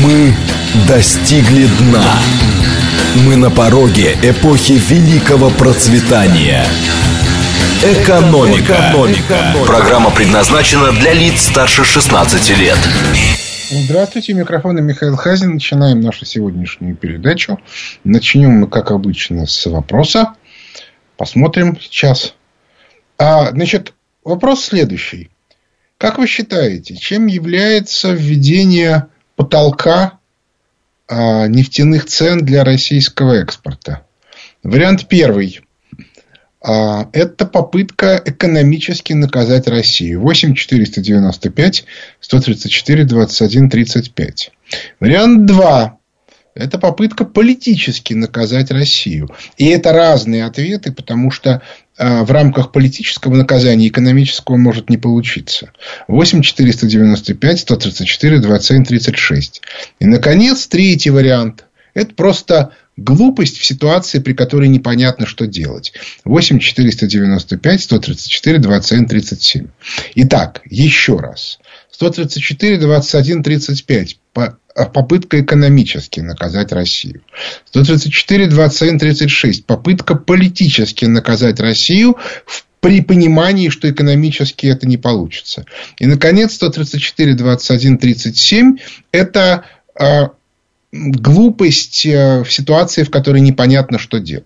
Мы достигли дна. Мы на пороге эпохи великого процветания. Экономика. Программа предназначена для лиц старше 16 лет. Здравствуйте, микрофон Михаил Хазин. Начинаем нашу сегодняшнюю передачу. Начнем мы, как обычно, с вопроса. Посмотрим сейчас. Значит, вопрос следующий. Как вы считаете, чем является введение потолка нефтяных цен для российского экспорта? Вариант первый. Это попытка экономически наказать Россию. 8 495 134 21 35. Вариант 2. Это попытка политически наказать Россию. И это разные ответы, потому что в рамках политического наказания экономического может не получиться. 8 495 134 27 36. И, наконец, третий вариант. Это просто глупость в ситуации, при которой непонятно, что делать. 8 495 134 27 37. Итак, еще раз. 134 21 35. Попытка экономически наказать Россию. 134 27 36. Попытка политически наказать Россию при понимании, что экономически это не получится. И, наконец, 134 21 37. Это глупость в ситуации, в которой непонятно, что делать.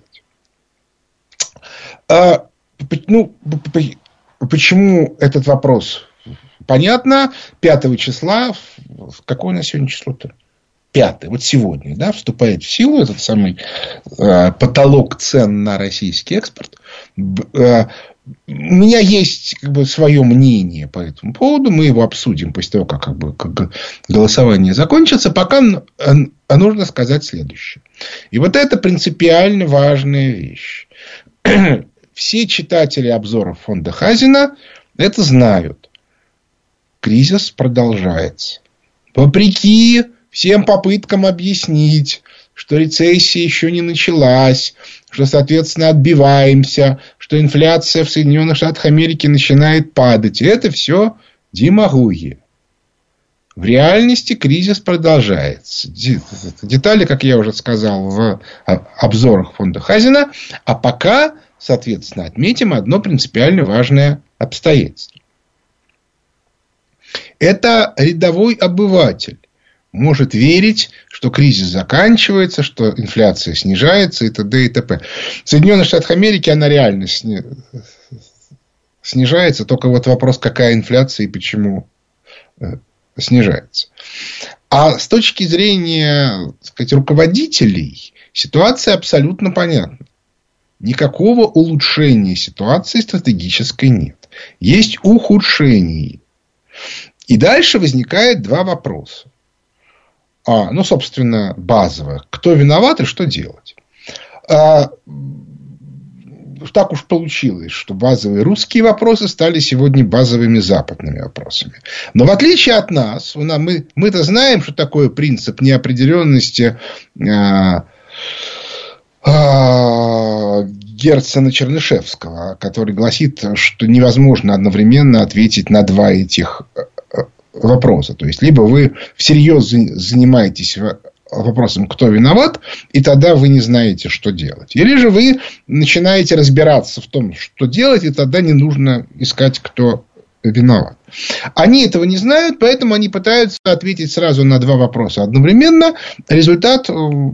Почему этот вопрос? Понятно, 5 числа, какое у нас сегодня число-то? 5. Вот сегодня, да, вступает в силу этот самый потолок цен на российский экспорт. У меня есть свое мнение по этому поводу. Мы его обсудим после того, как голосование закончится. Пока нужно сказать следующее. И вот это принципиально важная вещь. Все читатели обзоров фонда Хазина это знают. Кризис продолжается. Вопреки всем попыткам объяснить, что рецессия еще не началась, что, соответственно, отбиваемся, что инфляция в Соединенных Штатах Америки начинает падать. Это все демагогия. В реальности кризис продолжается. Детали, как я уже сказал, в обзорах фонда Хазина. А пока, соответственно, отметим одно принципиально важное обстоятельство. Это рядовой обыватель может верить, что кризис заканчивается, что инфляция снижается и т.д. и т.п. В Соединенных Штатах Америки она реально снижается. Только вот вопрос, какая инфляция и почему снижается. А с точки зрения, так сказать, руководителей ситуация абсолютно понятна. Никакого улучшения ситуации стратегической нет. Есть ухудшение. И дальше возникает два вопроса. Собственно, базово. Кто виноват и что делать? Так уж получилось, что базовые русские вопросы стали сегодня базовыми западными вопросами. Но в отличие от нас, мы-то знаем, что такое принцип неопределенности Герцена-Чернышевского, который гласит, что невозможно одновременно ответить на два этих вопроса. То есть, либо вы всерьез занимаетесь вопросом, кто виноват, и тогда вы не знаете, что делать. Или же вы начинаете разбираться в том, что делать, и тогда не нужно искать, кто виноват. Они этого не знают, поэтому они пытаются ответить сразу на два вопроса одновременно. Результат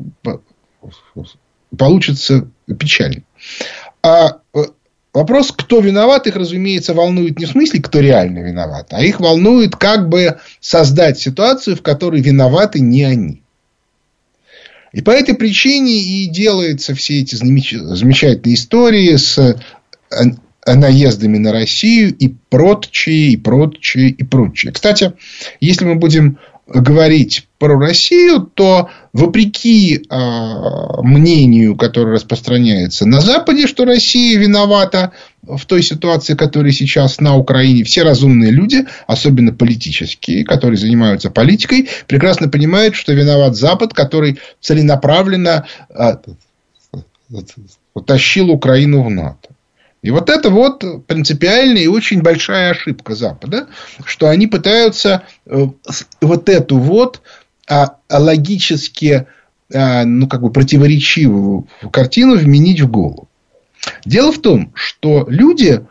получится печальный. Вопрос, кто виноват, их, разумеется, волнует не в смысле, кто реально виноват, а их волнует, как бы создать ситуацию, в которой виноваты не они. И по этой причине и делаются все эти замечательные истории с наездами на Россию и прочее, и прочее, и прочее. Кстати, если мы будем говорить про Россию, то вопреки мнению, которое распространяется на Западе, что Россия виновата в той ситуации, которая сейчас на Украине, все разумные люди, особенно политические, которые занимаются политикой, прекрасно понимают, что виноват Запад, который целенаправленно тащил Украину в НАТО. И вот это вот принципиальная и очень большая ошибка Запада, что они пытаются вот эту вот логически противоречивую картину вменить в голову. Дело в том, что люди,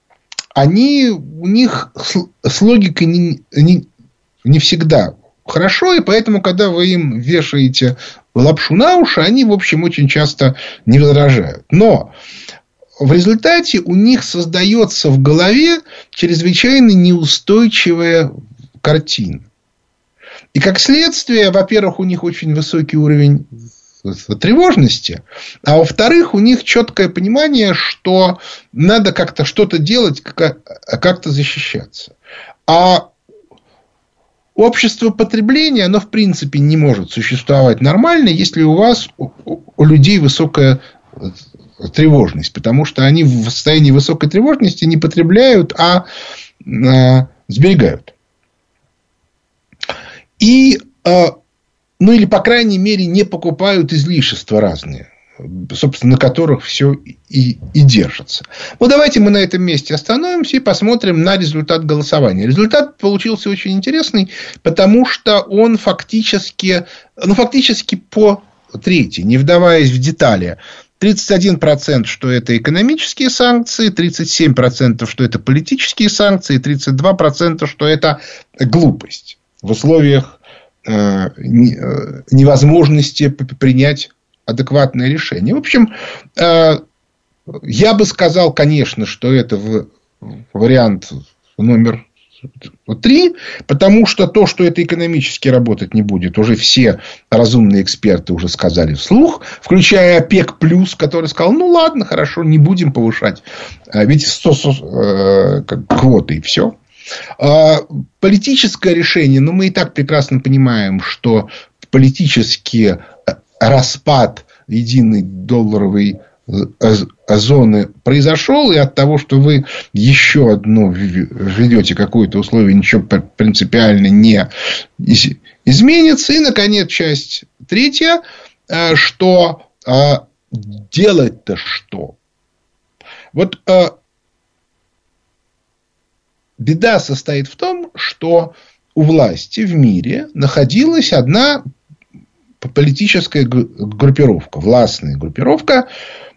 у них с логикой не всегда хорошо, и поэтому, когда вы им вешаете лапшу на уши, они, в общем, очень часто не возражают. Но в результате у них создается в голове чрезвычайно неустойчивая картина. И как следствие, во-первых, у них очень высокий уровень тревожности, а во-вторых, у них четкое понимание, что надо как-то что-то делать, как-то защищаться. А общество потребления, оно в принципе не может существовать нормально, если у вас, у людей высокая тревожность. Потому что они в состоянии высокой тревожности не потребляют, а сберегают. И, или, по крайней мере, не покупают излишества разные, собственно, на которых все и держится. Давайте мы на этом месте остановимся и посмотрим на результат голосования. Результат получился очень интересный, потому что он фактически по трети, не вдаваясь в детали. 31%, что это экономические санкции, 37%, что это политические санкции, 32%, что это глупость в условиях невозможности принять адекватное решение. В общем, я бы сказал, конечно, что это вариант номер 3, потому что то, что это экономически работать не будет, уже все разумные эксперты уже сказали вслух, включая ОПЕК+, который сказал, ладно, хорошо, не будем повышать, ведь квоты и все. Политическое решение, мы и так прекрасно понимаем, что политический распад единой долларовой зоны произошел, и от того, что вы еще одно введете какое-то условие, ничего принципиально не изменится. И, наконец, часть третья, что делать-то что? Беда состоит в том, что у власти в мире находилась одна политическая группировка, властная группировка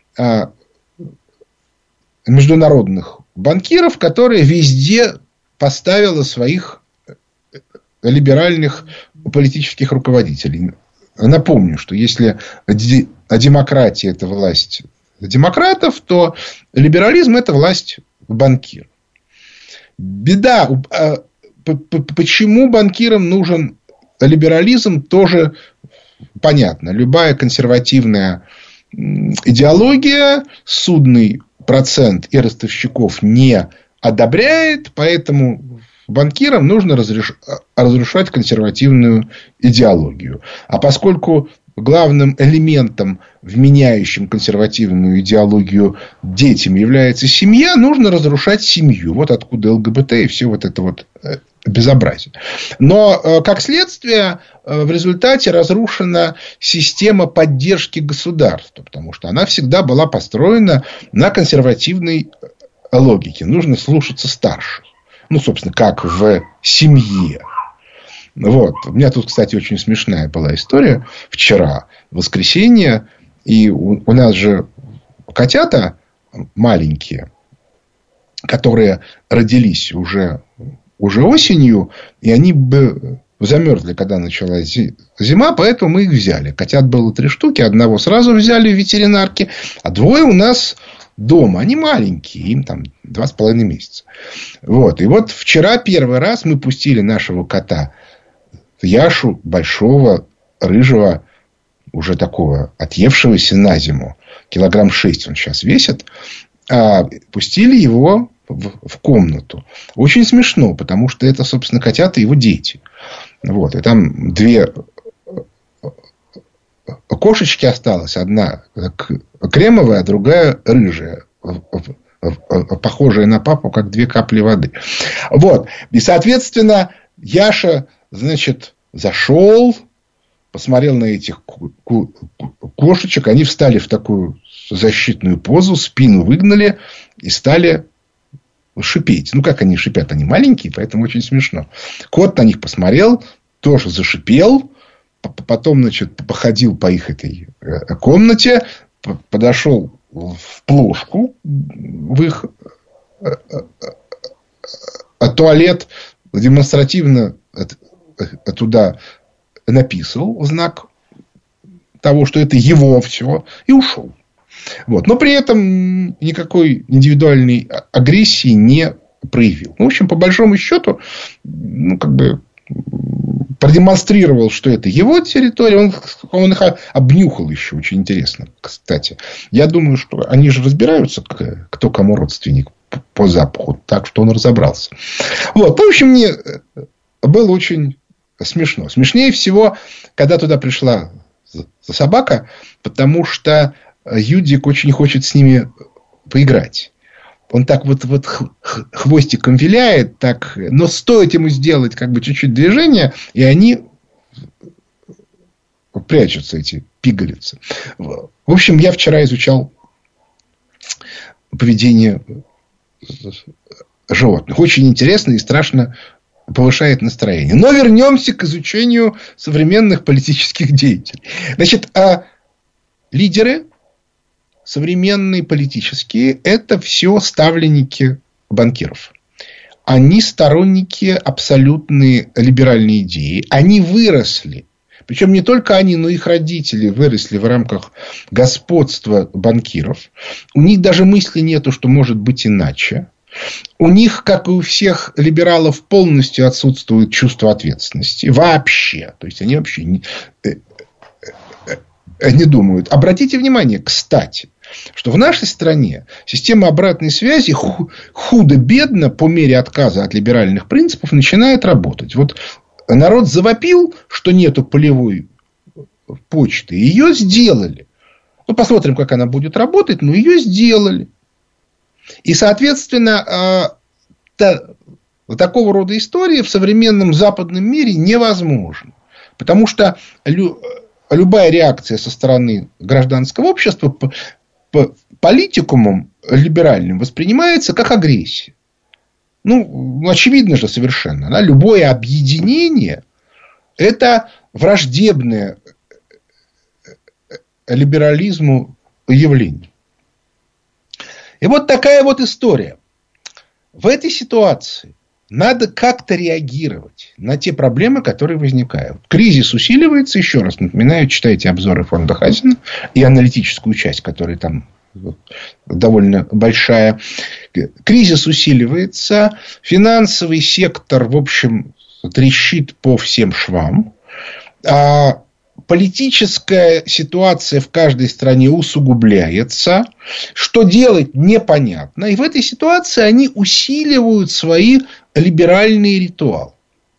международных банкиров, которая везде поставила своих либеральных политических руководителей. Напомню, что если демократия – это власть демократов, то либерализм – это власть банкиров. Беда, почему банкирам нужен либерализм, тоже понятно. Любая консервативная идеология судный процент и ростовщиков не одобряет, поэтому банкирам нужно разрушать консервативную идеологию. А поскольку главным элементом, вменяющим консервативную идеологию детям, является семья, нужно разрушать семью. Вот откуда ЛГБТ и все это безобразие. Но, как следствие, в результате разрушена система поддержки государства, потому что она всегда была построена на консервативной логике. Нужно слушаться старших. Собственно, как в семье. У меня тут, кстати, очень смешная была история. Вчера, в воскресенье, и у нас же котята маленькие, которые родились уже осенью, и они бы замерзли, когда началась зима, поэтому мы их взяли. Котят было 3 штуки, одного сразу взяли в ветеринарке, а 2 у нас дома. Они маленькие, им 2,5 месяца. И вчера первый раз мы пустили нашего кота Яшу, большого, рыжего, уже такого отъевшегося на зиму. 6 килограмм он сейчас весит. Пустили его в комнату. Очень смешно, потому что это, собственно, котята его дети. И там 2 кошечки осталось. Одна кремовая, а другая рыжая. Похожая на папу, как 2 капли воды. И, соответственно, Яша, зашел, посмотрел на этих кошечек. Они встали в такую защитную позу, спину выгнали и стали шипеть. Как они шипят? Они маленькие, поэтому очень смешно. Кот на них посмотрел, тоже зашипел, потом, значит, походил по их этой комнате, подошел в плошку в их туалет, демонстративно туда написал в знак того, что это его все, и ушел. Вот. Но при этом никакой индивидуальной агрессии не проявил. В общем, по большому счету, продемонстрировал, что это его территория. Он их обнюхал еще. Очень интересно, кстати. Я думаю, что они же разбираются, кто кому родственник по запаху. Так что он разобрался. Вот. В общем, мне было очень смешно. Смешнее всего, когда туда пришла собака, потому что Юдик очень хочет с ними поиграть. Он так вот хвостиком виляет, так, но стоит ему сделать чуть-чуть движения, и они прячутся, эти пигалицы. В общем, я вчера изучал поведение животных. Очень интересно и страшно повышает настроение. Но вернемся к изучению современных политических деятелей. Значит, лидеры современные политические – это все ставленники банкиров. Они сторонники абсолютной либеральной идеи. Они выросли. Причем не только они, но и их родители выросли в рамках господства банкиров. У них даже мысли нету, что может быть иначе. У них, как и у всех либералов, полностью отсутствует чувство ответственности. Вообще. То есть, они вообще не думают. Обратите внимание, кстати, что в нашей стране система обратной связи худо-бедно по мере отказа от либеральных принципов начинает работать. Вот народ завопил, что нету полевой почты. Ее сделали. Посмотрим, как она будет работать, но ее сделали. И, соответственно, такого рода истории в современном западном мире невозможно. Потому что любая реакция со стороны гражданского общества по политикумам либеральным воспринимается как агрессия. Очевидно же совершенно. Да? Любое объединение – это враждебное либерализму явление. И вот такая вот история. В этой ситуации надо как-то реагировать на те проблемы, которые возникают. Кризис усиливается. Еще раз напоминаю, читайте обзоры фонда Хазина и аналитическую часть, которая там довольно большая. Кризис усиливается. Финансовый сектор, в общем, трещит по всем швам. Политическая ситуация в каждой стране усугубляется. Что делать, непонятно. И в этой ситуации они усиливают свои либеральные ритуалы.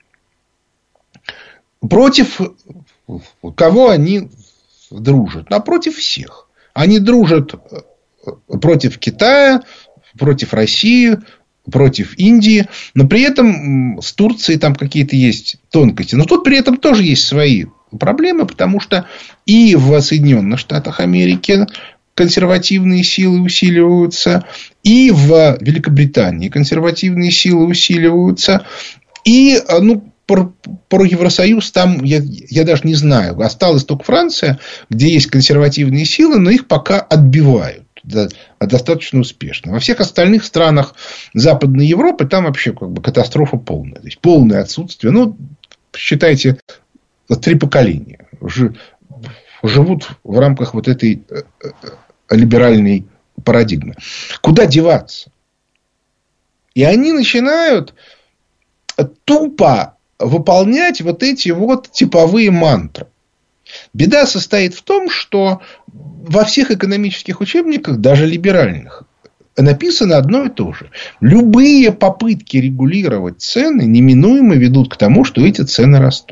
Против кого они дружат? Напротив всех. Они дружат против Китая, против России, против Индии. Но при этом с Турцией там какие-то есть тонкости. Но тут при этом тоже есть свои проблемы, потому что и в Соединенных Штатах Америки консервативные силы усиливаются, и в Великобритании консервативные силы усиливаются, и про Евросоюз там я даже не знаю. Осталась только Франция, где есть консервативные силы, но их пока отбивают достаточно успешно. Во всех остальных странах Западной Европы там вообще катастрофа полная. То есть полное отсутствие. Считайте, 3 поколения живут в рамках вот этой либеральной парадигмы. Куда деваться? И они начинают тупо выполнять вот эти вот типовые мантры. Беда состоит в том, что во всех экономических учебниках, даже либеральных, написано одно и то же. Любые попытки регулировать цены неминуемо ведут к тому, что эти цены растут.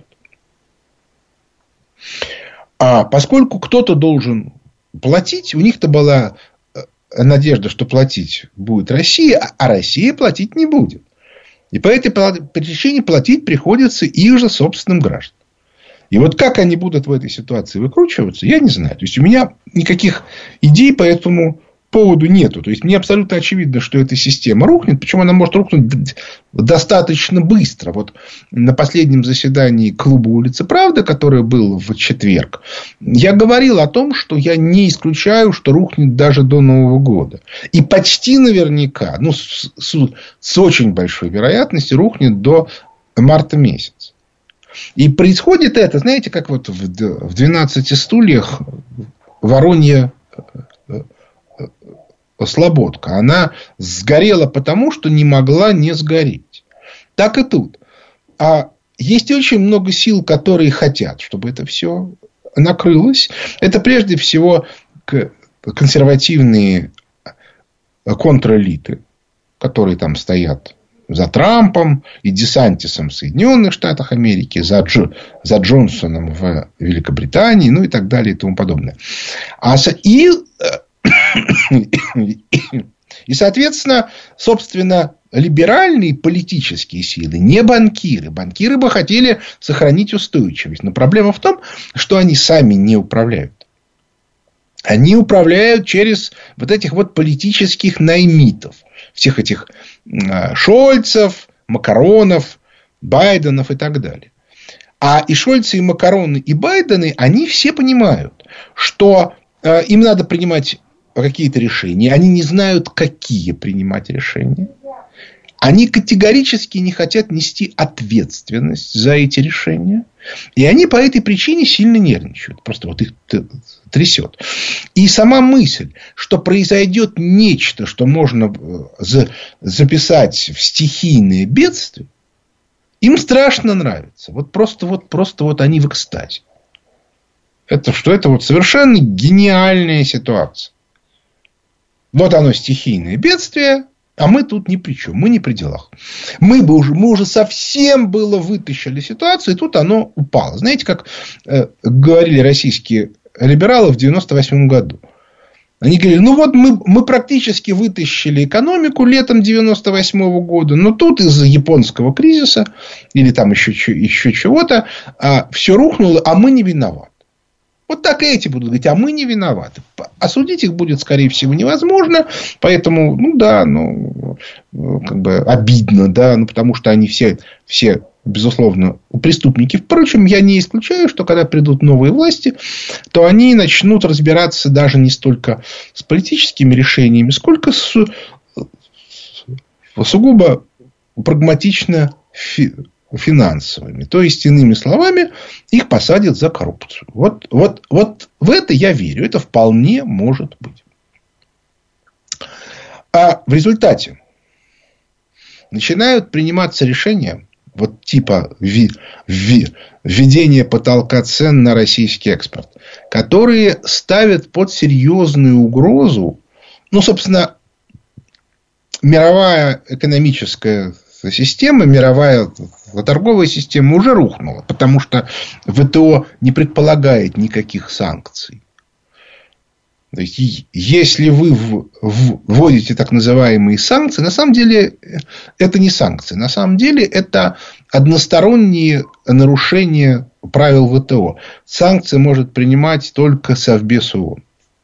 А поскольку кто-то должен платить, у них-то была надежда, что платить будет Россия, а Россия платить не будет. И по этой причине платить приходится их же собственным гражданам. И вот как они будут в этой ситуации выкручиваться, я не знаю. То есть, у меня никаких идей по этому поводу нету. То есть, мне абсолютно очевидно, что эта система рухнет. Причем, она может рухнуть достаточно быстро. Вот на последнем заседании клуба «Улица Правды», которое было в четверг, я говорил о том, что я не исключаю, что рухнет даже до Нового года. И почти наверняка, с очень большой вероятностью, рухнет до марта месяца. И происходит это, знаете, как вот в «12 стульях» Воронья слободка. Она сгорела потому, что не могла не сгореть. Так и тут. А есть очень много сил, которые хотят, чтобы это все накрылось. Это прежде всего консервативные контрэлиты, которые там стоят за Трампом и Десантисом в Соединенных Штатах Америки, за Джонсоном в Великобритании, ну и так далее и тому подобное. И, соответственно, собственно, либеральные политические силы, не банкиры. Банкиры бы хотели сохранить устойчивость. Но проблема в том, что они сами не управляют. Они управляют через вот этих вот политических наймитов. Всех этих Шольцев, Макронов, Байденов и так далее. А и Шольцы, и Макроны, и Байдены, они все понимают, что им надо принимать какие-то решения. Они не знают, какие принимать решения. Они категорически не хотят нести ответственность за эти решения. И они по этой причине сильно нервничают. Просто вот их трясет. И сама мысль, что произойдет нечто, что можно записать в стихийное бедствие, им страшно нравится. Вот просто они в экстазе. Это вот совершенно гениальная ситуация. Вот оно, стихийное бедствие, а мы тут ни при чем, мы не при делах. Мы уже совсем было вытащили ситуацию, и тут оно упало. Знаете, как говорили российские либералы в 1998 году. Они говорили, мы практически вытащили экономику летом 1998 года, но тут из-за японского кризиса или там еще чего-то все рухнуло, а мы не виноваты. Вот так и эти будут говорить, а мы не виноваты. Осудить их будет, скорее всего, невозможно. Поэтому, обидно, да, потому что они все, безусловно, преступники. Впрочем, я не исключаю, что когда придут новые власти, то они начнут разбираться даже не столько с политическими решениями, сколько с сугубо прагматично финансовыми. То есть, иными словами, их посадят за коррупцию. Вот в это я верю. Это вполне может быть. А в результате начинают приниматься решения вот типа введения потолка цен на российский экспорт, которые ставят под серьезную угрозу, собственно, мировая экономическая система, мировая торговая система уже рухнула, потому что ВТО не предполагает никаких санкций. То есть, если вы вводите так называемые санкции, на самом деле это не санкции, на самом деле это односторонние нарушения правил ВТО. Санкции может принимать только Совбез ООН.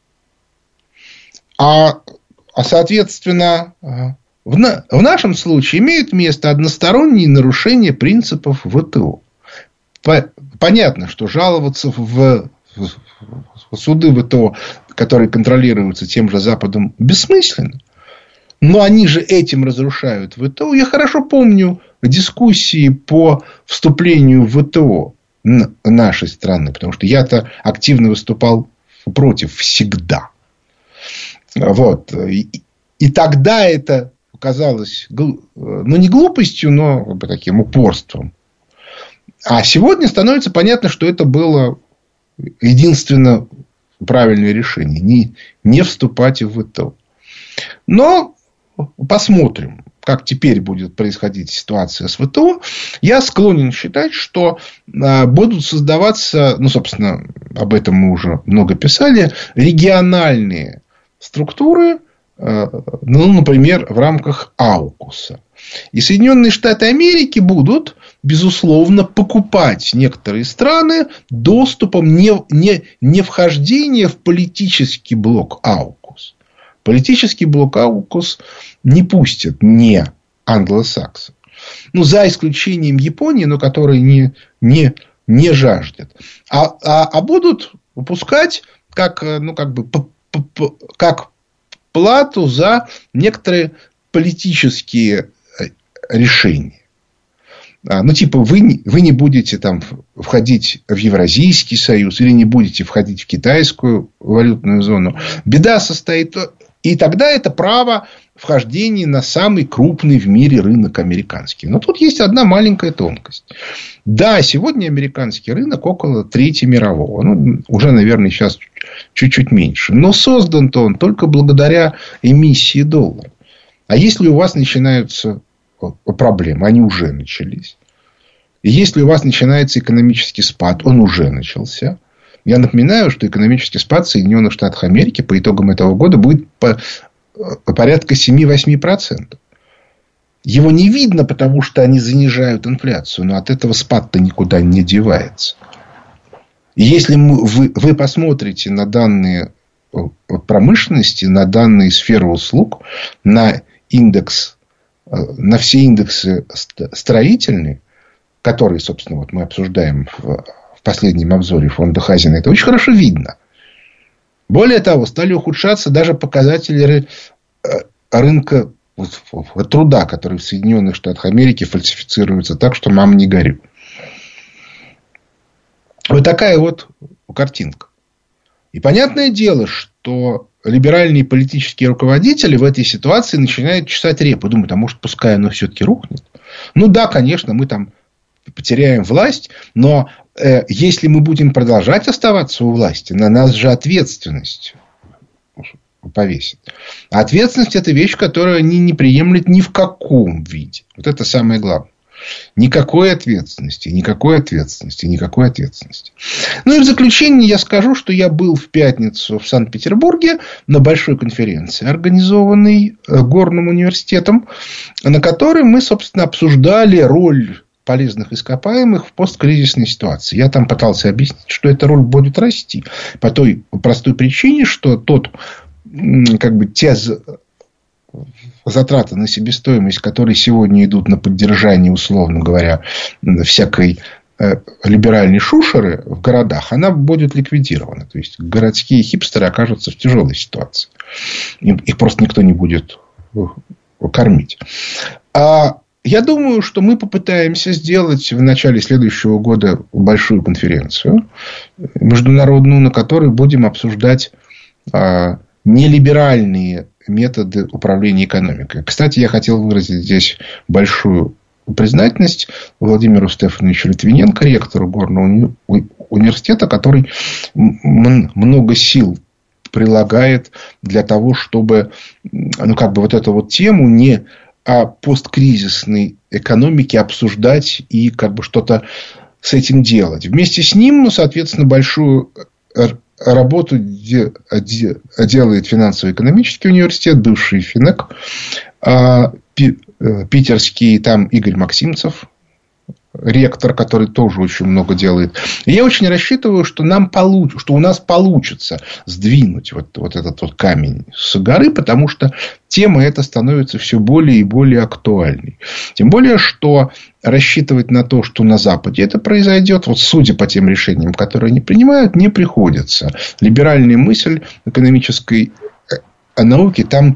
Соответственно, в нашем случае имеют место односторонние нарушения принципов ВТО. Понятно, что жаловаться в суды ВТО, которые контролируются тем же Западом, бессмысленно. Но они же этим разрушают ВТО. Я хорошо помню дискуссии по вступлению в ВТО нашей страны. Потому что я-то активно выступал против всегда. И тогда это казалось, не глупостью, но таким упорством. А сегодня становится понятно, что это было единственно правильное решение. Не вступать в ВТО. Но посмотрим, как теперь будет происходить ситуация с ВТО. Я склонен считать, что будут создаваться, собственно, об этом мы уже много писали, региональные структуры, например, в рамках АУКУСа. И Соединенные Штаты Америки будут, безусловно, покупать некоторые страны доступом не вхождения в политический блок АУКУС, Политический блок AUKUS не пустят не англосаксов. Ну, за исключением Японии, но которая не жаждет. А будут выпускать как плату за некоторые политические решения. Ну, типа, вы не будете там входить в Евразийский союз или не будете входить в китайскую валютную зону. Беда состоит... И тогда это право вхождения на самый крупный в мире рынок американский. Но тут есть одна маленькая тонкость. Да, сегодня американский рынок около трети мирового. Ну, уже, наверное, сейчас чуть-чуть меньше. Но создан-то он только благодаря эмиссии доллара. А если у вас начинаются проблемы, они уже начались. И если у вас начинается экономический спад, он уже начался. Я напоминаю, что экономический спад Соединенных Штатов Америки по итогам этого года будет порядка 7-8%. Его не видно, потому что они занижают инфляцию. Но от этого спад-то никуда не девается. И если вы посмотрите на данные промышленности, на данные сферы услуг, на все индексы строительные, которые, собственно, вот мы обсуждаем в последнем обзоре фонда Хазина, это очень хорошо видно. Более того, стали ухудшаться даже показатели рынка труда, который в Соединенных Штатах Америки фальсифицируется так, что мама не горюй. Вот такая вот картинка. И понятное дело, что либеральные политические руководители в этой ситуации начинают чесать репу. Думают, а может, пускай оно все-таки рухнет. Ну да, конечно, мы там потеряем власть, но если мы будем продолжать оставаться у власти, на нас же ответственность повесит. А ответственность – это вещь, которую они не приемлют ни в каком виде. Вот это самое главное. Никакой ответственности, никакой ответственности, никакой ответственности. Ну и в заключение я скажу, что я был в пятницу в Санкт-Петербурге на большой конференции, организованной Горным университетом, на которой мы, собственно, обсуждали роль полезных ископаемых в посткризисной ситуации. Я там пытался объяснить, что эта роль будет расти по той простой причине, что те затраты на себестоимость, которые сегодня идут на поддержание, условно говоря, всякой либеральной шушеры в городах, она будет ликвидирована. То есть городские хипстеры окажутся в тяжелой ситуации. Их просто никто не будет кормить. Я думаю, что мы попытаемся сделать в начале следующего года большую конференцию международную, на которой будем обсуждать нелиберальные методы управления экономикой. Кстати, я хотел выразить здесь большую признательность Владимиру Стефановичу Литвиненко, ректору Горного университета, который много сил прилагает для того, чтобы вот эту вот тему не о посткризисной экономике обсуждать и что-то с этим делать. Вместе с ним, соответственно, большую работу делает финансово-экономический университет, бывший ФИНЭК, питерский, там Игорь Максимцев, ректор, который тоже очень много делает. И я очень рассчитываю, что у нас получится сдвинуть вот этот вот камень с горы, потому что тема эта становится все более и более актуальной. Тем более, что рассчитывать на то, что на Западе это произойдет, вот судя по тем решениям, которые они принимают, не приходится. Либеральная мысль экономической науки там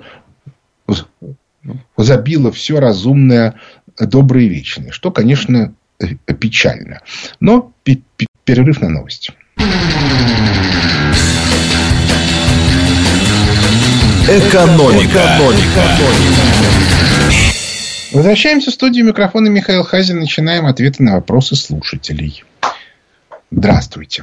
забила все разумное, доброе и вечное. Что, конечно, печально. Но перерыв на новости. Экономика. Возвращаемся в студию. Микрофона Михаил Хазин. Начинаем ответы на вопросы слушателей. Здравствуйте.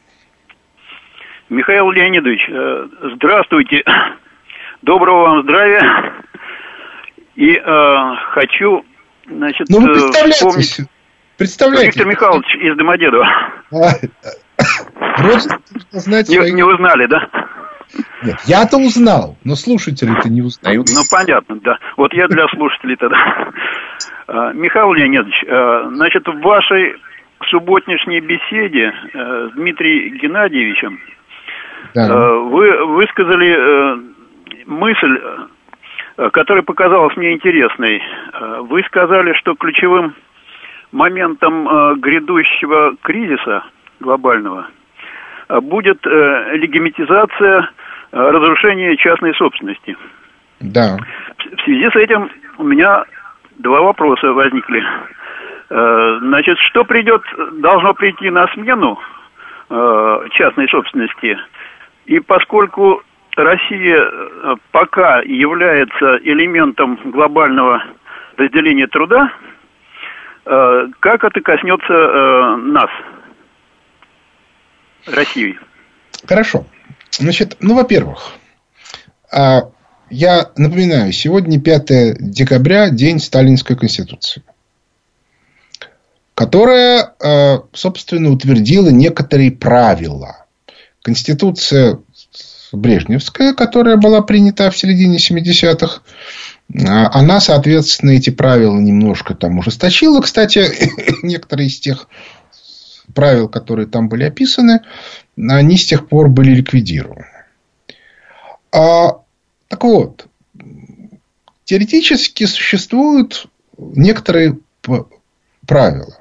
Михаил Леонидович, здравствуйте. Доброго вам здравия. И хочу, вы представляете. Виктор Михайлович из Домодедова. Не узнали, да? Нет, я-то узнал, но слушатели-то не узнают. Ну, понятно, да. Вот я для слушателей тогда. Михаил Леонидович, в вашей субботнешней беседе с Дмитрием Геннадьевичем вы высказали мысль, которая показалась мне интересной. Вы сказали, что ключевым моментом грядущего кризиса глобального будет легитимизация разрушения частной собственности. Да. В связи с этим у меня два вопроса возникли. Значит, что должно прийти на смену частной собственности? И поскольку Россия пока является элементом глобального разделения труда, как это коснется нас, России? Хорошо. Значит, во-первых, я напоминаю, сегодня 5 декабря, день Сталинской Конституции, которая, собственно, утвердила некоторые правила. Конституция Брежневская, которая была принята в середине 70-х, она, соответственно, эти правила немножко там ужесточила. Кстати, некоторые из тех правил, которые там были описаны, они с тех пор были ликвидированы. Так вот, теоретически существуют некоторые правила.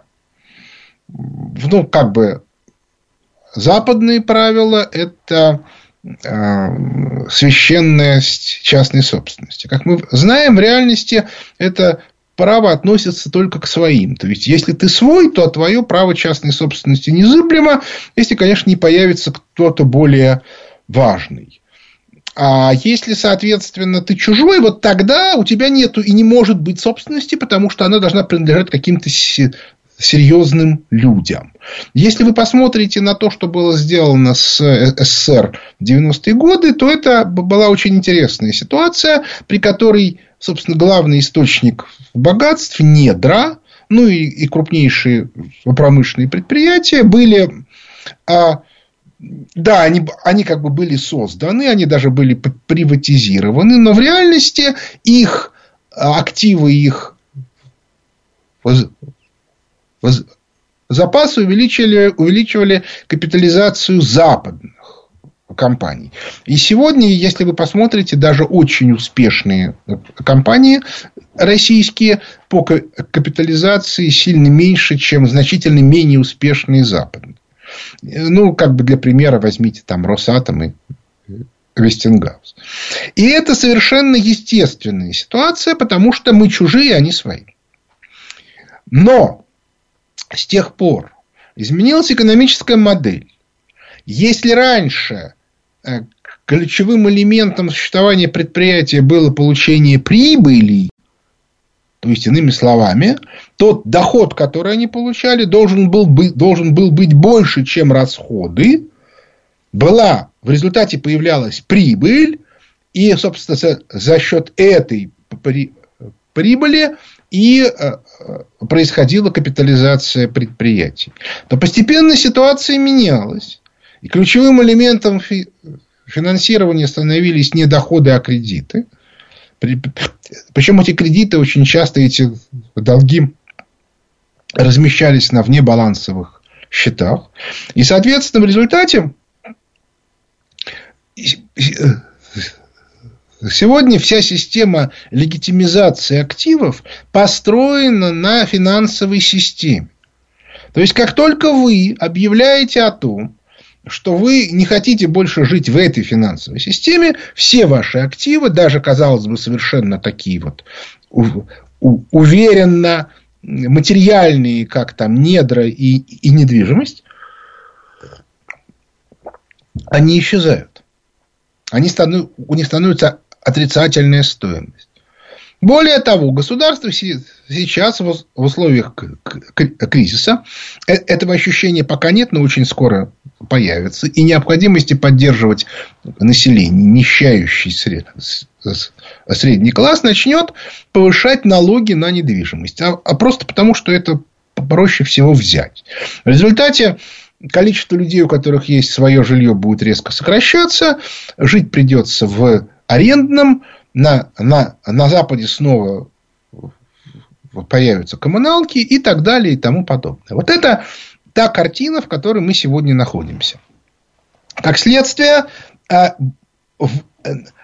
Западные правила – это священность частной собственности. Как мы знаем, в реальности это право относится только к своим. То есть, если ты свой, то твое право частной собственности незыблемо, если, конечно, не появится кто-то более важный. А если, соответственно, ты чужой, вот тогда у тебя нету и не может быть собственности, потому что она должна принадлежать каким-то серьезным людям. Если вы посмотрите на то, что было сделано с СССР в 90-е годы, то это была очень интересная ситуация, при которой, собственно, главный источник богатств, недра, и крупнейшие промышленные предприятия были... Да, они как бы были созданы, они даже были приватизированы, но в реальности их активы, их запасы увеличивали капитализацию западных компаний. И сегодня, если вы посмотрите, даже очень успешные компании российские по капитализации сильно меньше, чем значительно менее успешные западные. Для примера возьмите там Росатом и Вестингаус. И это совершенно естественная ситуация, потому что мы чужие, они свои. Но с тех пор изменилась экономическая модель. Если раньше ключевым элементом существования предприятия было получение прибыли, то есть, иными словами, тот доход, который они получали, должен был быть больше, чем расходы. В результате появлялась прибыль, и, собственно, за счет этой прибыли и происходила капитализация предприятий. То постепенно ситуация менялась, и ключевым элементом финансирования становились не доходы, а кредиты. Причем эти кредиты, очень часто эти долги размещались на внебалансовых счетах. И, соответственно, в результате сегодня вся система легитимизации активов построена на финансовой системе. То есть, как только вы объявляете о том, что вы не хотите больше жить в этой финансовой системе, все ваши активы, даже, казалось бы, совершенно такие вот уверенно материальные, как там недра и недвижимость, они исчезают. У них становится отрицательная стоимость. Более того, государство сейчас в условиях кризиса, этого ощущения пока нет, но очень скоро появится, и необходимости поддерживать население, нищающий средний класс, начнет повышать налоги на недвижимость. А просто потому, что это проще всего взять. В результате количество людей, у которых есть свое жилье, будет резко сокращаться, жить придется в арендном. На Западе снова появятся коммуналки и так далее и тому подобное. Вот это та картина, в которой мы сегодня находимся. Как следствие,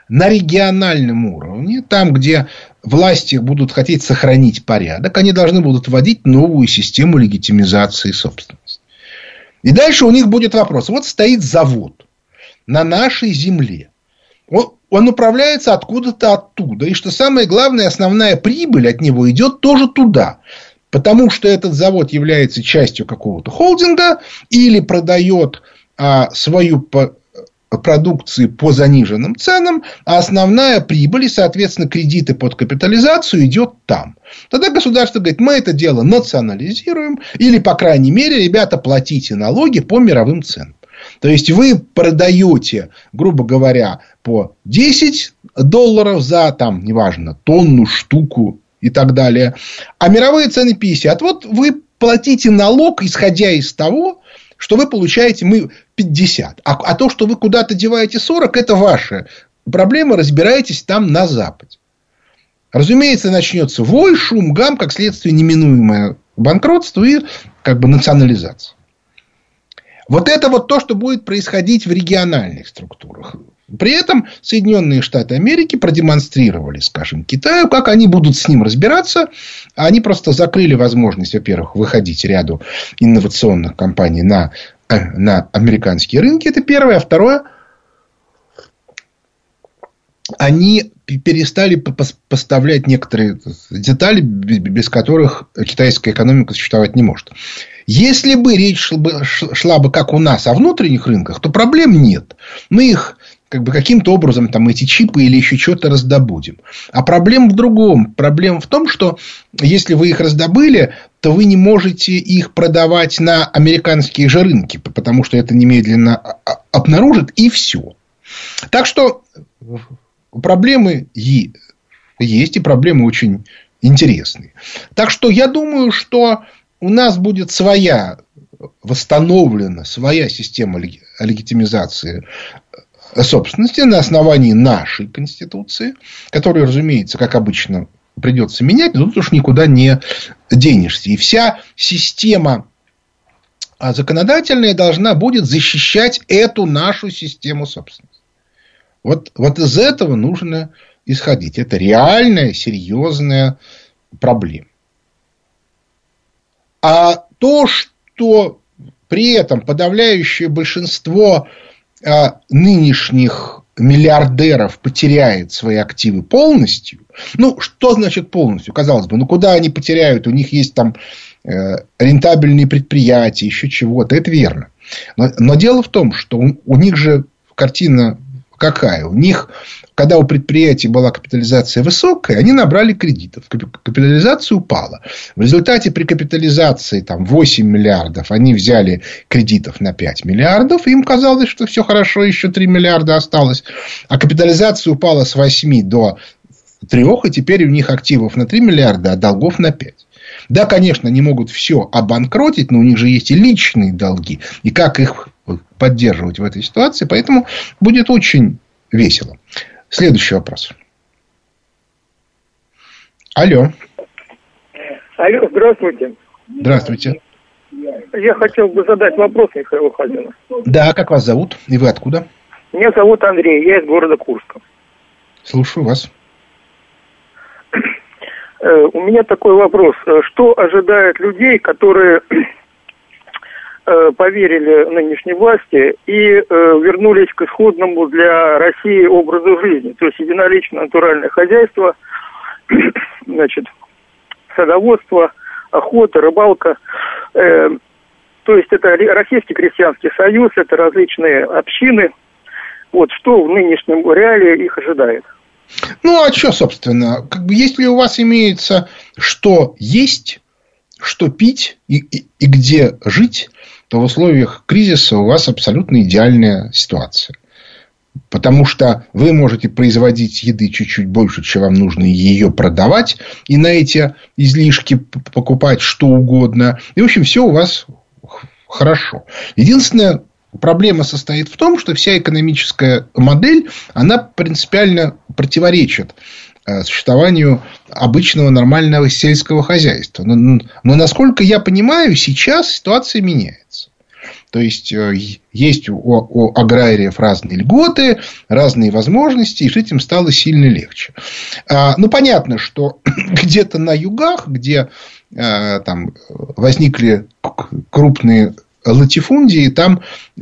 на региональном уровне, там, где власти будут хотеть сохранить порядок, они должны будут вводить новую систему легитимизации собственности. И дальше у них будет вопрос. Вот стоит завод на нашей земле. Он управляется откуда-то оттуда. И что самое главное, основная прибыль от него идет тоже туда. Потому что этот завод является частью какого-то холдинга или продает свою продукцию по заниженным ценам, а основная прибыль и, соответственно, кредиты под капитализацию идет там. Тогда государство говорит, мы это дело национализируем, или, по крайней мере, ребята, платите налоги по мировым ценам. То есть, вы продаете, грубо говоря, по $10 за, там, неважно, тонну, штуку и так далее, а мировые цены 50. Вот вы платите налог, исходя из того, что вы получаете 50. А то, что вы куда-то деваете 40, это ваша проблема, разбирайтесь там на Западе. Разумеется, начнется вой, шум, гам, как следствие неминуемое банкротство и национализация. Вот это вот то, что будет происходить в региональных структурах. При этом Соединенные Штаты Америки продемонстрировали, скажем, Китаю, как они будут с ним разбираться. Они просто закрыли возможность, во-первых, выходить ряду инновационных компаний на американские рынки. Это первое. А второе, они перестали поставлять некоторые детали, без которых китайская экономика существовать не может. Если бы речь шла бы, как у нас, о внутренних рынках, то проблем нет. Мы их каким-то образом эти чипы или еще что-то раздобудем. А проблема в другом. Проблема в том, что если вы их раздобыли, то вы не можете их продавать на американские же рынки, потому что это немедленно обнаружат, и все. Так что проблемы есть, и проблемы очень интересные. Так что я думаю, что у нас будет восстановлена своя система легитимизации собственности на основании нашей Конституции, которую, разумеется, как обычно, придется менять, но тут уж никуда не денешься. И вся система законодательная должна будет защищать эту нашу систему собственности. Вот из этого нужно исходить. Это реальная, серьезная проблема. А то, что при этом подавляющее большинство нынешних миллиардеров потеряет свои активы полностью. Что значит полностью? Казалось бы, куда они потеряют? У них есть там рентабельные предприятия, еще чего-то. Это верно. Но дело в том, что у них же картина какая? У них, когда у предприятий была капитализация высокая, они набрали кредитов. Капитализация упала. В результате при капитализации 8 миллиардов они взяли кредитов на 5 миллиардов. И им казалось, что все хорошо, еще 3 миллиарда осталось. А капитализация упала с 8 до 3. И теперь у них активов на 3 миллиарда, а долгов на 5. Да, конечно, они могут все обанкротить, но у них же есть и личные долги. И как их поддерживать в этой ситуации? Поэтому будет очень весело. Следующий вопрос. Алло. Алло, здравствуйте. Здравствуйте. Я хотел бы задать вопрос Михаилу Хазину. Да, как вас зовут? И вы откуда? Меня зовут Андрей, я из города Курска. Слушаю вас. У меня такой вопрос. Что ожидает людей, которые поверили нынешней власти и вернулись к исходному для России образу жизни? То есть единоличное натуральное хозяйство, садоводство, охота, рыбалка. То есть это Российский крестьянский союз, это различные общины. Что в нынешнем реалии их ожидает? А что, собственно, если у вас имеется что есть, что пить и где жить, то в условиях кризиса у вас абсолютно идеальная ситуация. Потому что вы можете производить еды чуть-чуть больше, чем вам нужно, и ее продавать, и на эти излишки покупать что угодно. И, в общем, все у вас хорошо. Единственное, проблема состоит в том, что вся экономическая модель, она принципиально противоречит существованию обычного нормального сельского хозяйства. Но насколько я понимаю, сейчас ситуация меняется. То есть, есть у аграриев разные льготы, разные возможности, и жить им стало сильно легче. Ну, понятно, что где-то на югах, где там возникли крупные латифундии, там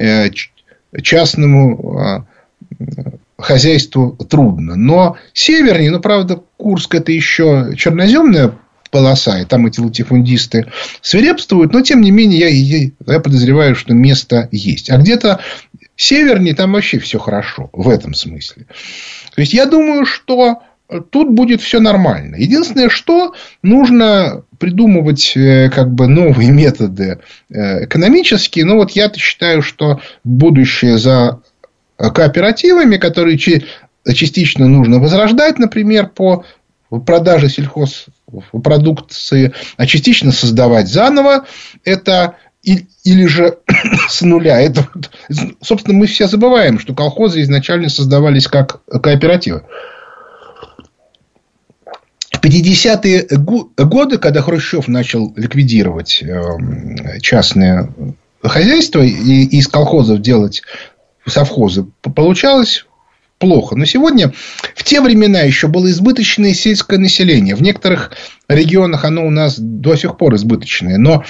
частному хозяйству трудно. Но севернее, ну, правда, Курск — это еще черноземная полоса, и там эти латифундисты свирепствуют, но, тем не менее, я подозреваю, что место есть. А где-то севернее там вообще все хорошо в этом смысле. То есть, я думаю, что тут будет все нормально. Единственное, что нужно придумывать как бы новые методы экономические. Ну, вот я-то считаю, что будущее за кооперативами, которые частично нужно возрождать, например, по продаже сельхозпродукции, а частично создавать заново, это или же с нуля. Это, собственно, мы все забываем, что колхозы изначально создавались как кооперативы. В 50-е годы, когда Хрущев начал ликвидировать частное хозяйство и из колхозов делать совхозы, получалось плохо. Но сегодня, в те времена еще было избыточное сельское население. В некоторых регионах оно у нас до сих пор избыточное. Но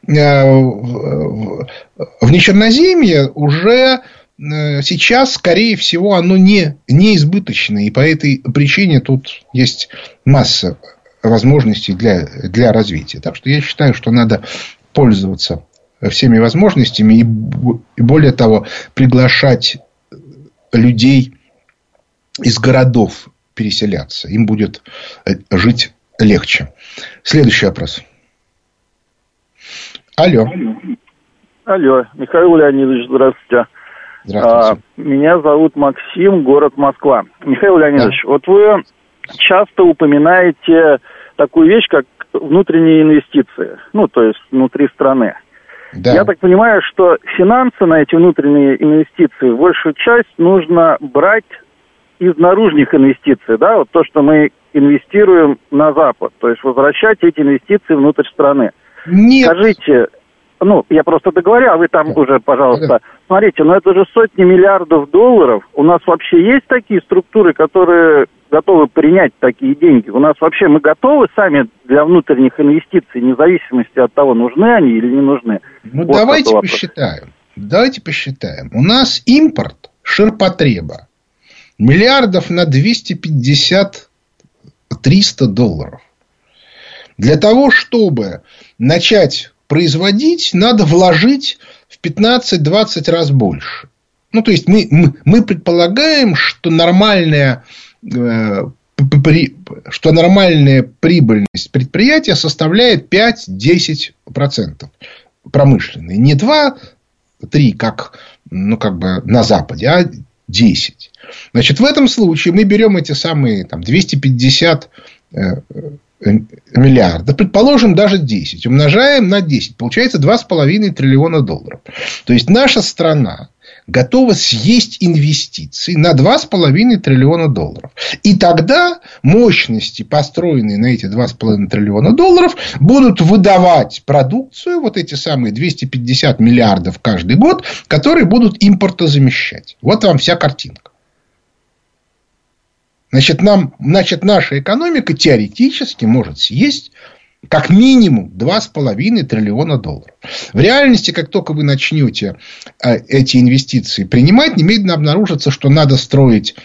в нечерноземье уже сейчас, скорее всего, оно не избыточное. И по этой причине тут есть масса возможностей для развития. Так что я считаю, что надо пользоваться всеми возможностями и более того, приглашать людей из городов переселяться. Им будет жить легче. Следующий вопрос. Алло. Алло, Михаил Леонидович, здравствуйте. Здравствуйте. Меня зовут Максим, город Москва. Михаил Леонидович, Да. вот вы часто упоминаете такую вещь, как внутренние инвестиции. Ну, то есть, внутри страны. Да. Я так понимаю, что финансы на эти внутренние инвестиции, большую часть нужно брать из наружных инвестиций, да, вот то, что мы инвестируем на Запад, то есть возвращать эти инвестиции внутрь страны. Нет. Скажите, ну, я просто договорю, а вы там уже, пожалуйста, Да. смотрите, ну это же сотни миллиардов долларов, у нас вообще есть такие структуры, которые готовы принять такие деньги? У нас вообще мы готовы сами для внутренних инвестиций, вне зависимости от того, нужны они или не нужны? Ну, Вот давайте посчитаем. Давайте посчитаем. У нас импорт ширпотреба миллиардов на 250-300 долларов. Для того, чтобы начать производить, надо вложить в 15-20 раз больше. Ну, то есть, мы предполагаем, что нормальная прибыльность предприятия составляет 5-10% промышленной. Не 2-3, как бы на Западе, а 10. Значит, в этом случае мы берем эти самые 250 миллиардов, предположим, даже 10, умножаем на 10, получается 2,5 триллиона долларов. То есть, наша страна готова съесть инвестиции на 2,5 триллиона долларов. И тогда мощности, построенные на эти 2,5 триллиона долларов, будут выдавать продукцию, вот эти самые 250 миллиардов каждый год, которые будут импортозамещать. Вот вам вся картинка. Значит, наша экономика теоретически может съесть как минимум 2,5 триллиона долларов. В реальности, как только вы начнете эти инвестиции принимать, немедленно обнаружится, что надо строить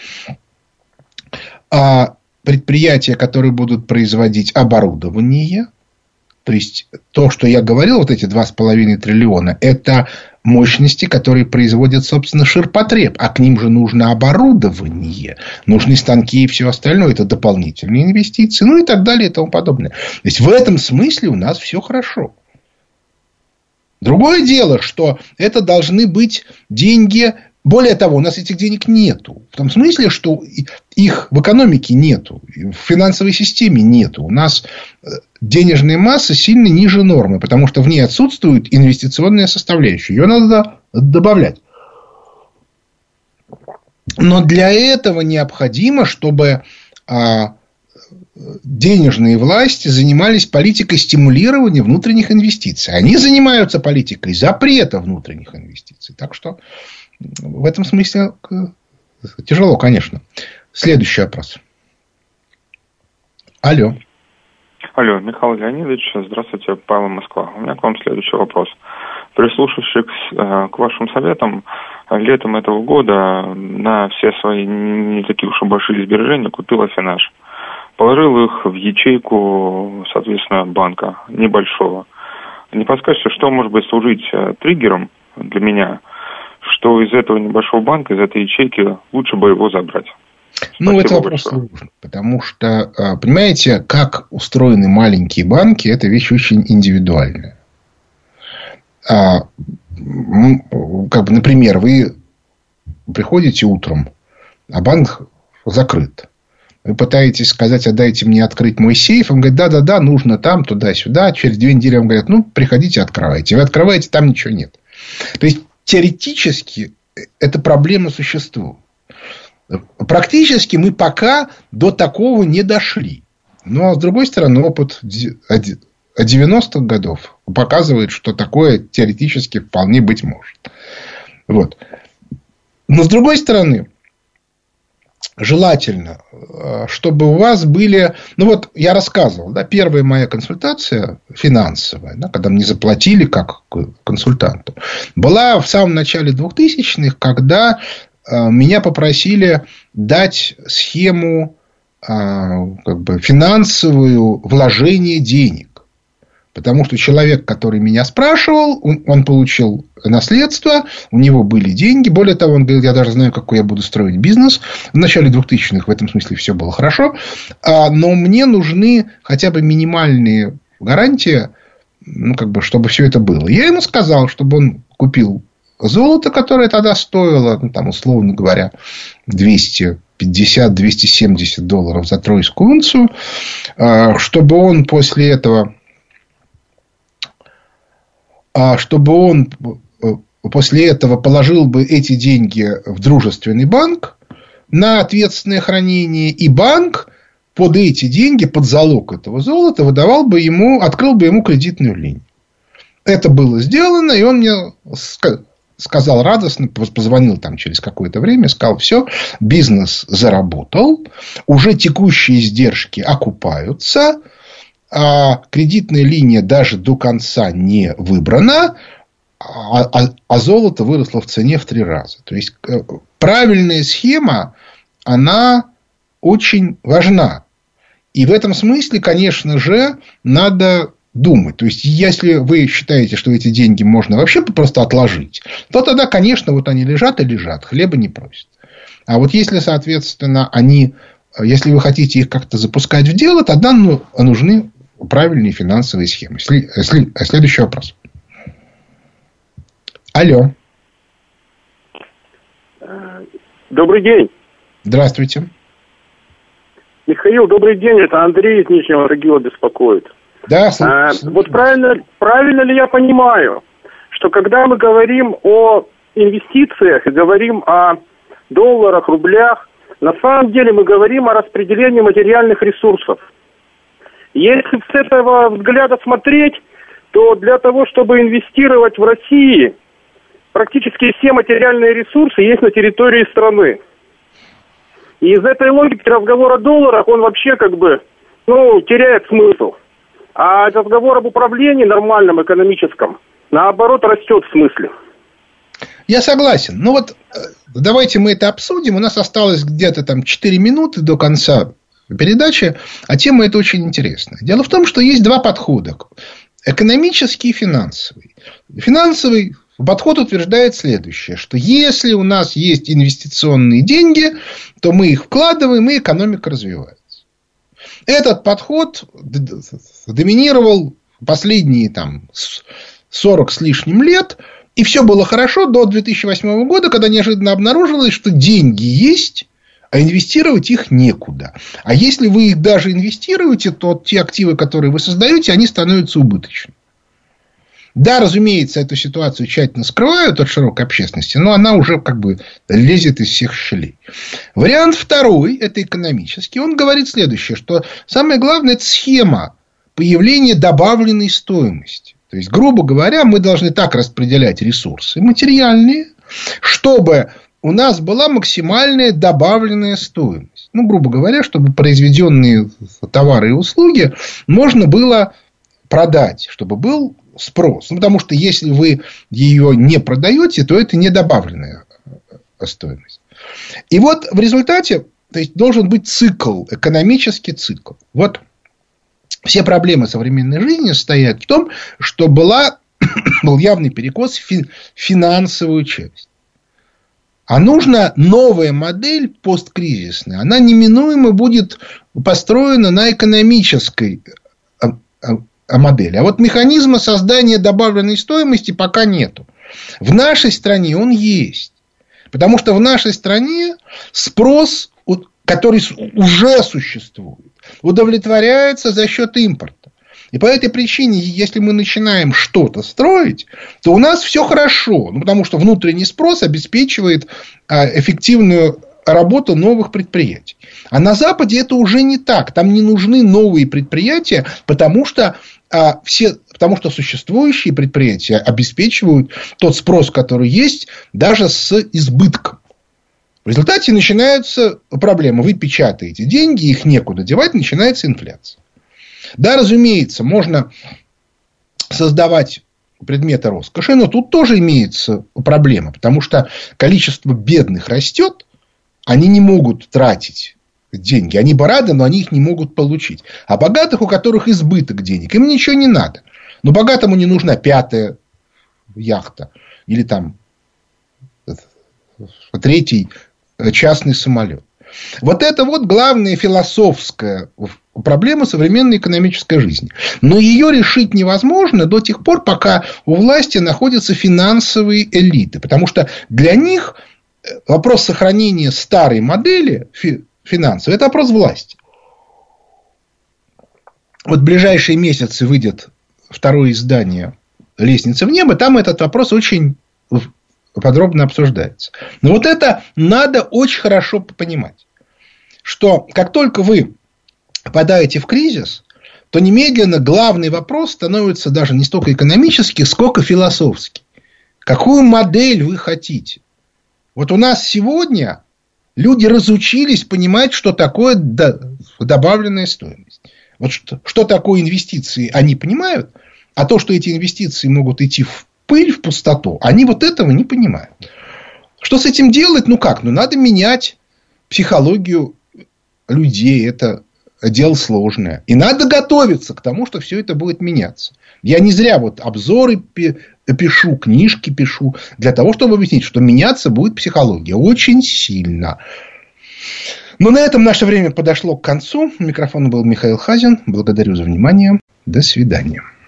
предприятия, которые будут производить оборудование. То есть, то, что я говорил, вот эти 2,5 триллиона, это мощности, которые производят, собственно, ширпотреб. А к ним же нужно оборудование, нужны станки и все остальное. Это дополнительные инвестиции, ну и так далее и тому подобное. То есть, в этом смысле у нас все хорошо. Другое дело, что это должны быть деньги. Более того, у нас этих денег нету. В том смысле, что их в экономике нету, в финансовой системе нету. У нас денежная масса сильно ниже нормы, потому что в ней отсутствует инвестиционная составляющая. Ее надо добавлять. Но для этого необходимо, чтобы денежные власти занимались политикой стимулирования внутренних инвестиций. Они занимаются политикой запрета внутренних инвестиций. Так что в этом смысле тяжело, конечно. Следующий вопрос. Алло. Алло, Михаил Леонидович, здравствуйте, Павел, Москва. У меня к вам следующий вопрос. Прислушавшись к вашим советам, летом этого года на все свои не такие уж и большие сбережения купил Афинаж. Положил их в ячейку, соответственно, банка небольшого. Не подскажете, что может быть служить триггером для меня, что из этого небольшого банка, из этой ячейки лучше бы его забрать? Ну, это вопрос сложный, потому что, понимаете, как устроены маленькие банки, это вещь очень индивидуальная. Например, вы приходите утром, а банк закрыт. Вы пытаетесь сказать, дайте мне открыть мой сейф. Он говорит, да, нужно там, туда-сюда. Через 2 недели вам говорят, приходите, открывайте. Вы открываете, там ничего нет. То есть, теоретически, эта проблема существует. Практически мы пока до такого не дошли. Но, с другой стороны, опыт 90-х годов показывает, что такое теоретически вполне быть может. Вот. Но, с другой стороны, желательно, чтобы у вас были... я рассказывал, первая моя консультация финансовая, когда мне заплатили как консультанту, была в самом начале 2000-х, когда меня попросили дать схему финансовую вложения денег. Потому что человек, который меня спрашивал, он получил наследство, у него были деньги. Более того, он говорил, я даже знаю, какой я буду строить бизнес. В начале 2000-х в этом смысле все было хорошо. Но мне нужны хотя бы минимальные гарантии, чтобы все это было. Я ему сказал, чтобы он купил золото, которое тогда стоило, условно говоря, $250-270 за тройскую унцию, чтобы он после этого положил бы эти деньги в дружественный банк на ответственное хранение, и банк под эти деньги, под залог этого золота, открыл бы ему кредитную линию. Это было сделано, и он мне сказал радостно, позвонил через какое-то время, сказал, все, бизнес заработал, уже текущие издержки окупаются, а кредитная линия даже до конца не выбрана, а золото выросло в цене в 3 раза. То есть, правильная схема, она очень важна. И в этом смысле, конечно же, надо думать. То есть, если вы считаете, что эти деньги можно вообще просто отложить, то тогда, конечно, они лежат и лежат, хлеба не просят. А вот если, соответственно, если вы хотите их как-то запускать в дело, тогда нужны правильные финансовые схемы. Следующий вопрос. Алло. Добрый день. Здравствуйте. Михаил, добрый день. Это Андрей из Нижнего Тагила беспокоит. Да, вот правильно ли я понимаю, что когда мы говорим о инвестициях и говорим о долларах, рублях, на самом деле мы говорим о распределении материальных ресурсов. Если с этого взгляда смотреть, то для того, чтобы инвестировать в России, практически все материальные ресурсы есть на территории страны. И из этой логики разговор о долларах, он вообще теряет смысл. А разговор об управлении нормальном, экономическом, наоборот, растет в смысле. Я согласен. Давайте мы это обсудим. У нас осталось где-то 4 минуты до конца передачи, а тема эта очень интересная. Дело в том, что есть 2 подхода. Экономический и финансовый. Финансовый подход утверждает следующее, что если у нас есть инвестиционные деньги, то мы их вкладываем, и экономика развивается. Этот подход доминировал последние 40 с лишним лет, и все было хорошо до 2008 года, когда неожиданно обнаружилось, что деньги есть, а инвестировать их некуда. А если вы их даже инвестируете, то те активы, которые вы создаете, они становятся убыточными. Да, разумеется, эту ситуацию тщательно скрывают от широкой общественности, но она уже как бы лезет из всех щелей. Вариант второй, это экономический, он говорит следующее, что самое главное – это схема появления добавленной стоимости. То есть, грубо говоря, мы должны так распределять ресурсы материальные, чтобы у нас была максимальная добавленная стоимость. Ну, грубо говоря, чтобы произведенные товары и услуги можно было продать, чтобы был спрос. Ну, потому что если вы ее не продаете, то это не добавленная стоимость. И вот в результате, то есть, должен быть цикл, экономический цикл. Вот все проблемы современной жизни состоят в том, что был явный перекос в финансовую часть. А нужна новая модель посткризисная. Она неминуемо будет построена на экономической модели. А вот механизма создания добавленной стоимости пока нету. В нашей стране он есть. Потому что в нашей стране спрос, который уже существует, удовлетворяется за счет импорта. И по этой причине, если мы начинаем что-то строить, то у нас все хорошо. Ну, потому что внутренний спрос обеспечивает эффективную работу новых предприятий. А на Западе это уже не так. Там не нужны новые предприятия, потому что существующие предприятия обеспечивают тот спрос, который есть, даже с избытком. В результате начинаются проблемы. Вы печатаете деньги, их некуда девать, начинается инфляция. Да, разумеется, можно создавать предметы роскоши, но тут тоже имеется проблема, потому что количество бедных растет, они не могут тратить деньги. Они бы рады, но они их не могут получить. А богатых, у которых избыток денег, им ничего не надо. Но богатому не нужна 5-я яхта или там 3-й частный самолет. Вот это вот главная философская проблема современной экономической жизни. Но ее решить невозможно до тех пор, пока у власти находятся финансовые элиты. Потому что для них вопрос сохранения старой модели финансовой – это вопрос власти. Вот в ближайшие месяцы выйдет второе издание «Лестница в небо». Там этот вопрос очень подробно обсуждается. Но вот это надо очень хорошо понимать, что как только вы попадаете в кризис, то немедленно главный вопрос становится даже не столько экономический, сколько философский. Какую модель вы хотите? Вот у нас сегодня люди разучились понимать, что такое добавленная стоимость. Вот что такое инвестиции, они понимают, а то, что эти инвестиции могут идти в пыль, в пустоту, они вот этого не понимают. Что с этим делать? Ну как? Ну надо менять психологию людей. Это дело сложное. И надо готовиться к тому, что все это будет меняться. Я не зря вот обзоры пишу, книжки пишу, для того, чтобы объяснить, что меняться будет психология очень сильно. Но на этом наше время подошло к концу. У микрофона был Михаил Хазин. Благодарю за внимание. До свидания.